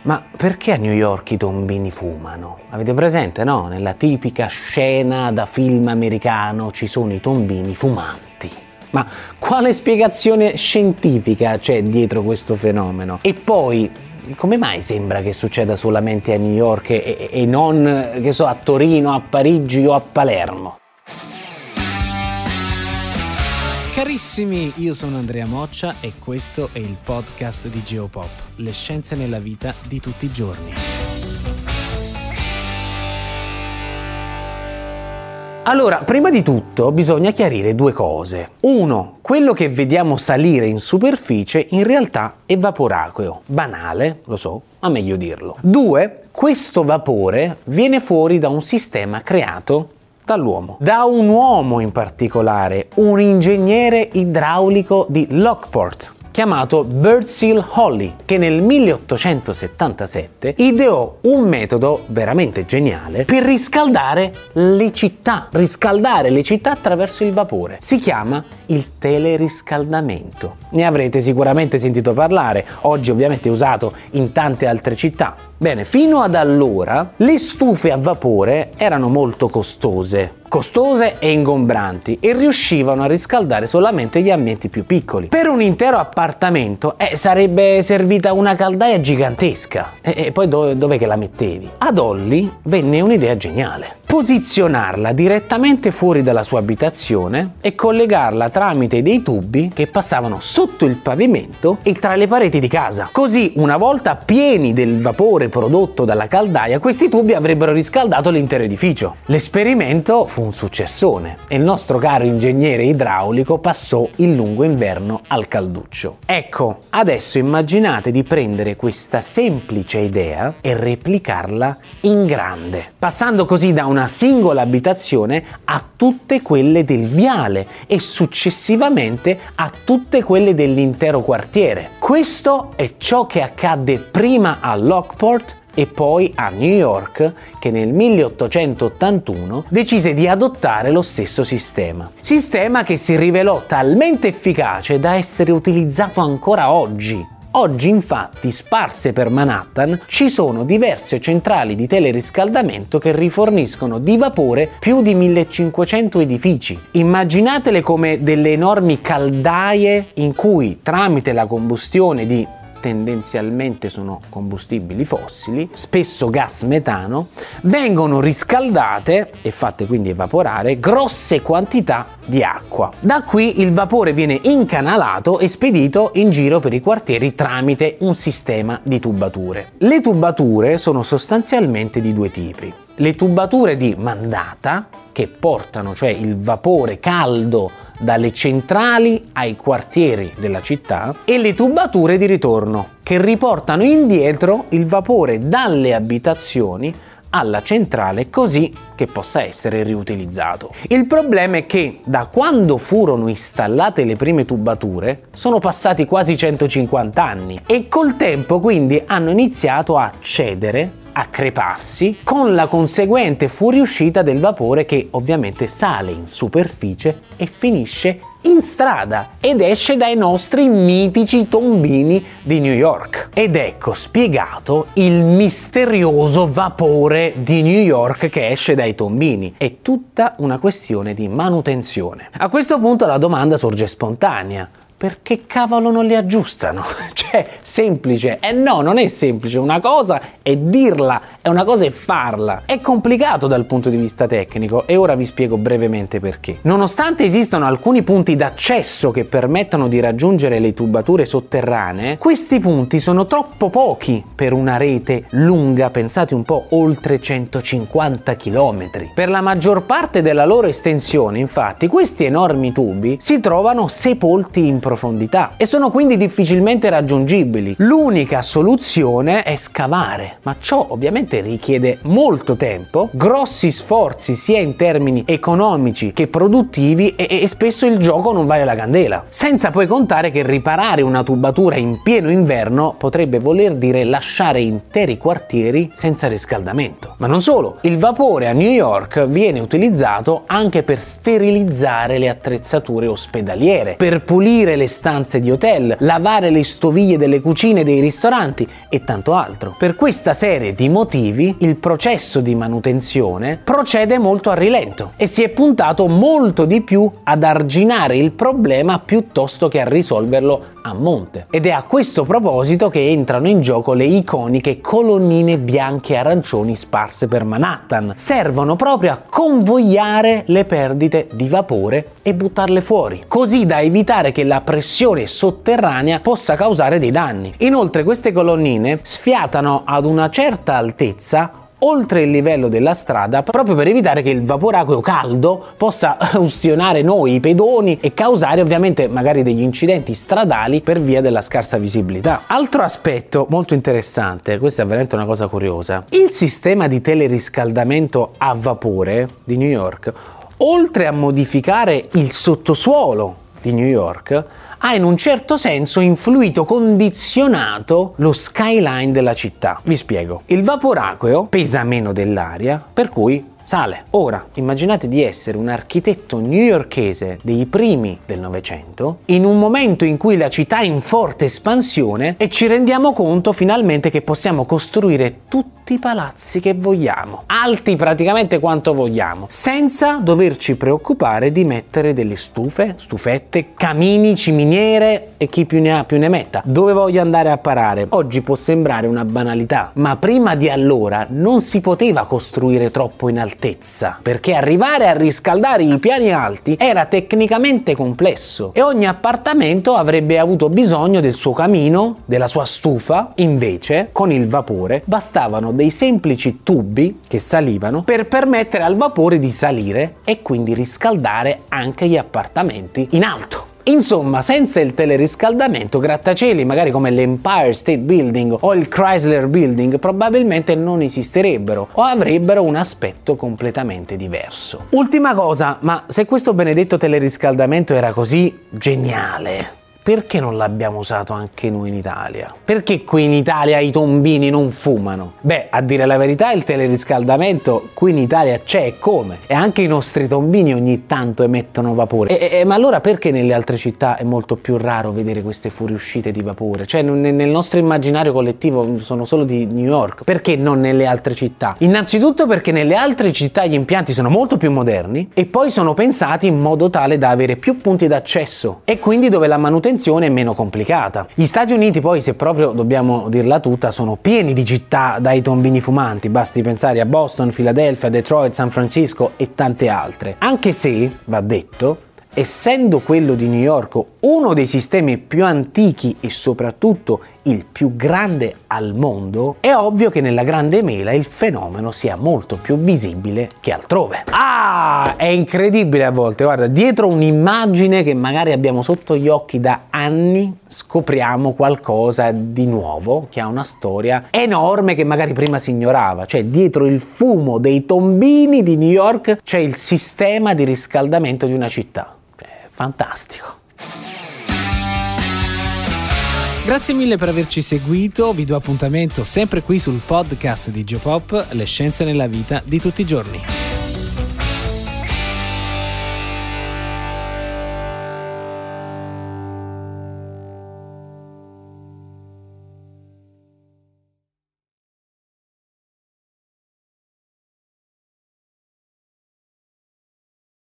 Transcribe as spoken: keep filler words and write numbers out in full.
Ma perché a New York i tombini fumano? Avete presente, no? Nella tipica scena da film americano ci sono i tombini fumanti. Ma quale spiegazione scientifica c'è dietro questo fenomeno? E poi, come mai sembra che succeda solamente a New York e, e non, che so, a Torino, a Parigi o a Palermo? Carissimi, io sono Andrea Moccia e questo è il podcast di Geopop, le scienze nella vita di tutti i giorni. Allora, prima di tutto bisogna chiarire due cose. Uno, quello che vediamo salire in superficie in realtà è vapore acqueo. Banale, lo so, ma meglio dirlo. Due, questo vapore viene fuori da un sistema creato dall'uomo. Da un uomo in particolare, un ingegnere idraulico di Lockport, chiamato Birdsell Holly, che nel milleottocentosettantasette ideò un metodo veramente geniale per riscaldare le città, riscaldare le città attraverso il vapore. Si chiama il teleriscaldamento. Ne avrete sicuramente sentito parlare, oggi ovviamente è usato in tante altre città. Bene, fino ad allora le stufe a vapore erano molto costose, costose e ingombranti e riuscivano a riscaldare solamente gli ambienti più piccoli. Per un intero appartamento eh, sarebbe servita una caldaia gigantesca. E, e poi dove, dov'è che la mettevi? Ad Holly venne un'idea geniale: posizionarla direttamente fuori dalla sua abitazione e collegarla tramite dei tubi che passavano sotto il pavimento e tra le pareti di casa. Così, una volta pieni del vapore prodotto dalla caldaia, questi tubi avrebbero riscaldato l'intero edificio. L'esperimento fu un successone e il nostro caro ingegnere idraulico passò il lungo inverno al calduccio. Ecco, adesso immaginate di prendere questa semplice idea e replicarla in grande, passando così da una singola abitazione a tutte quelle del viale e successivamente a tutte quelle dell'intero quartiere. Questo è ciò che accadde prima a Lockport e poi a New York, che nel milleottocentottantuno decise di adottare lo stesso sistema. Sistema che si rivelò talmente efficace da essere utilizzato ancora oggi. Oggi infatti, sparse per Manhattan, ci sono diverse centrali di teleriscaldamento che riforniscono di vapore più di millecinquecento edifici. Immaginatele come delle enormi caldaie in cui, tramite la combustione di tendenzialmente sono combustibili fossili, spesso gas metano, vengono riscaldate e fatte quindi evaporare grosse quantità di acqua. Da qui il vapore viene incanalato e spedito in giro per i quartieri tramite un sistema di tubature. Le tubature sono sostanzialmente di due tipi: le tubature di mandata, che portano cioè il vapore caldo dalle centrali ai quartieri della città, e le tubature di ritorno, che riportano indietro il vapore dalle abitazioni alla centrale così che possa essere riutilizzato. Il problema è che da quando furono installate le prime tubature sono passati quasi centocinquanta anni e col tempo quindi hanno iniziato a cedere, a creparsi, con la conseguente fuoriuscita del vapore che ovviamente sale in superficie e finisce in strada ed esce dai nostri mitici tombini di New York. Ed ecco spiegato il misterioso vapore di New York che esce dai tombini. È tutta una questione di manutenzione. A questo punto la domanda sorge spontanea: perché cavolo non li aggiustano? Cioè, semplice. Eh no, non è semplice. Una cosa è dirla, è una cosa è farla. È complicato dal punto di vista tecnico e ora vi spiego brevemente perché. Nonostante esistano alcuni punti d'accesso che permettono di raggiungere le tubature sotterranee, questi punti sono troppo pochi per una rete lunga, pensate un po', oltre centocinquanta chilometri. Per la maggior parte della loro estensione, infatti, questi enormi tubi si trovano sepolti in profondità profondità e sono quindi difficilmente raggiungibili. L'unica soluzione è scavare, ma ciò ovviamente richiede molto tempo, grossi sforzi sia in termini economici che produttivi e, e spesso il gioco non vale la candela. Senza poi contare che riparare una tubatura in pieno inverno potrebbe voler dire lasciare interi quartieri senza riscaldamento. Ma non solo, il vapore a New York viene utilizzato anche per sterilizzare le attrezzature ospedaliere, per pulire le le stanze di hotel, lavare le stoviglie delle cucine dei ristoranti e tanto altro. Per questa serie di motivi il processo di manutenzione procede molto a rilento e si è puntato molto di più ad arginare il problema piuttosto che a risolverlo a monte. Ed è a questo proposito che entrano in gioco le iconiche colonnine bianche e arancioni sparse per Manhattan. Servono proprio a convogliare le perdite di vapore e buttarle fuori, così da evitare che la pressione sotterranea possa causare dei danni. Inoltre queste colonnine sfiatano ad una certa altezza oltre il livello della strada, proprio per evitare che il vapore acqueo caldo possa ustionare noi, i pedoni, e causare ovviamente magari degli incidenti stradali per via della scarsa visibilità. Altro aspetto molto interessante, questa è veramente una cosa curiosa, il sistema di teleriscaldamento a vapore di New York, oltre a modificare il sottosuolo di New York, ha in un certo senso influito, condizionato lo skyline della città. Vi spiego. Il vapore acqueo pesa meno dell'aria, per cui sale. Ora, immaginate di essere un architetto newyorkese dei primi del Novecento, in un momento in cui la città è in forte espansione e ci rendiamo conto finalmente che possiamo costruire tutti i palazzi che vogliamo, alti praticamente quanto vogliamo, senza doverci preoccupare di mettere delle stufe, stufette, camini, ciminiere e chi più ne ha più ne metta. Dove voglio andare a parare? Oggi può sembrare una banalità, ma prima di allora non si poteva costruire troppo in altezza, perché arrivare a riscaldare i piani alti era tecnicamente complesso e ogni appartamento avrebbe avuto bisogno del suo camino, della sua stufa. Invece, con il vapore bastavano dei semplici tubi che salivano per permettere al vapore di salire e quindi riscaldare anche gli appartamenti in alto. Insomma, senza il teleriscaldamento, grattacieli magari come l'Empire State Building o il Chrysler Building probabilmente non esisterebbero o avrebbero un aspetto completamente diverso. Ultima cosa, ma se questo benedetto teleriscaldamento era così geniale, perché non l'abbiamo usato anche noi in Italia? Perché qui in Italia i tombini non fumano? Beh, a dire la verità, il teleriscaldamento qui in Italia c'è e come. E anche i nostri tombini ogni tanto emettono vapore. E, e, ma allora perché nelle altre città è molto più raro vedere queste fuoriuscite di vapore? Cioè nel nostro immaginario collettivo sono solo di New York. Perché non nelle altre città? Innanzitutto perché nelle altre città gli impianti sono molto più moderni e poi sono pensati in modo tale da avere più punti d'accesso e quindi dove la manutenzione è meno complicata. Gli Stati Uniti poi, se proprio dobbiamo dirla tutta, sono pieni di città dai tombini fumanti, basti pensare a Boston, Philadelphia, Detroit, San Francisco e tante altre. Anche se, va detto, essendo quello di New York uno dei sistemi più antichi e soprattutto il più grande al mondo, è ovvio che nella Grande Mela il fenomeno sia molto più visibile che altrove. Ah, è incredibile a volte, guarda, dietro un'immagine che magari abbiamo sotto gli occhi da anni, scopriamo qualcosa di nuovo che ha una storia enorme che magari prima si ignorava. Cioè, dietro il fumo dei tombini di New York c'è il sistema di riscaldamento di una città. È fantastico. Grazie mille per averci seguito, vi do appuntamento sempre qui sul podcast di Geopop, le scienze nella vita di tutti i giorni.